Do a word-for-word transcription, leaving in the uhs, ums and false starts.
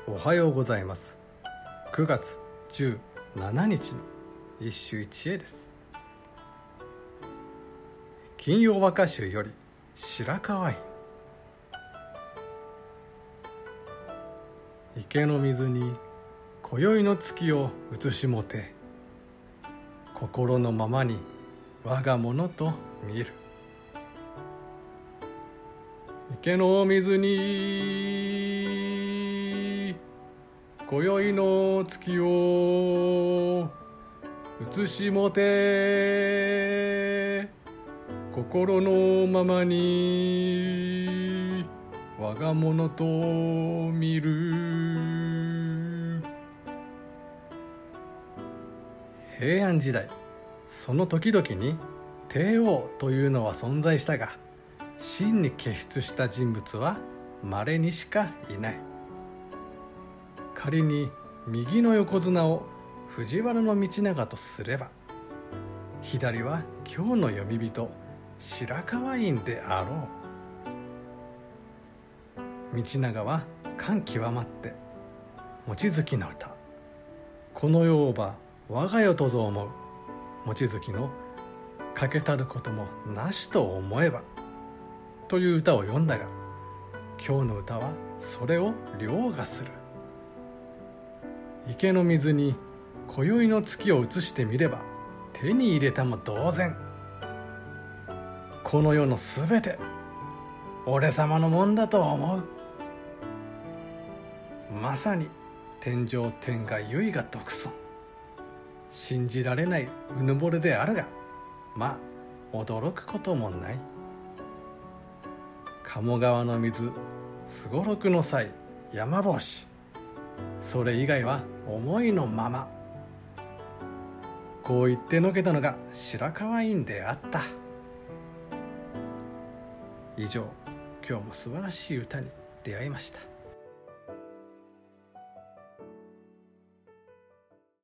おはようございます。くがつじゅうしちにちの一首一会です。金曜和歌集より白河院。池の水に今宵の月を映しもて、心のままに我がものと見る。池の水に今宵の月を映しもて、心のままに我がものと見る。平安時代、その時々に帝王というのは存在したが、真に傑出した人物は稀にしかいない。仮に右の横綱を藤原道長とすれば、左は今日の呼び人白河院であろう。道長は感極まって望月の歌、この世をば我が世とぞ思う望月のかけたることもなしと思えばという歌を詠んだが、今日の歌はそれを凌駕する。池の水に今宵の月を映してみれば手に入れたも同然。この世のすべて俺様のもんだと思う。まさに天上天下唯我独尊。信じられないうぬぼれであるが、まあ驚くこともない。鴨川の水すごろくの際山帽子、それ以外は思いのまま。こう言ってのけたのが白河院であった。以上、今日も素晴らしい歌に出会いました。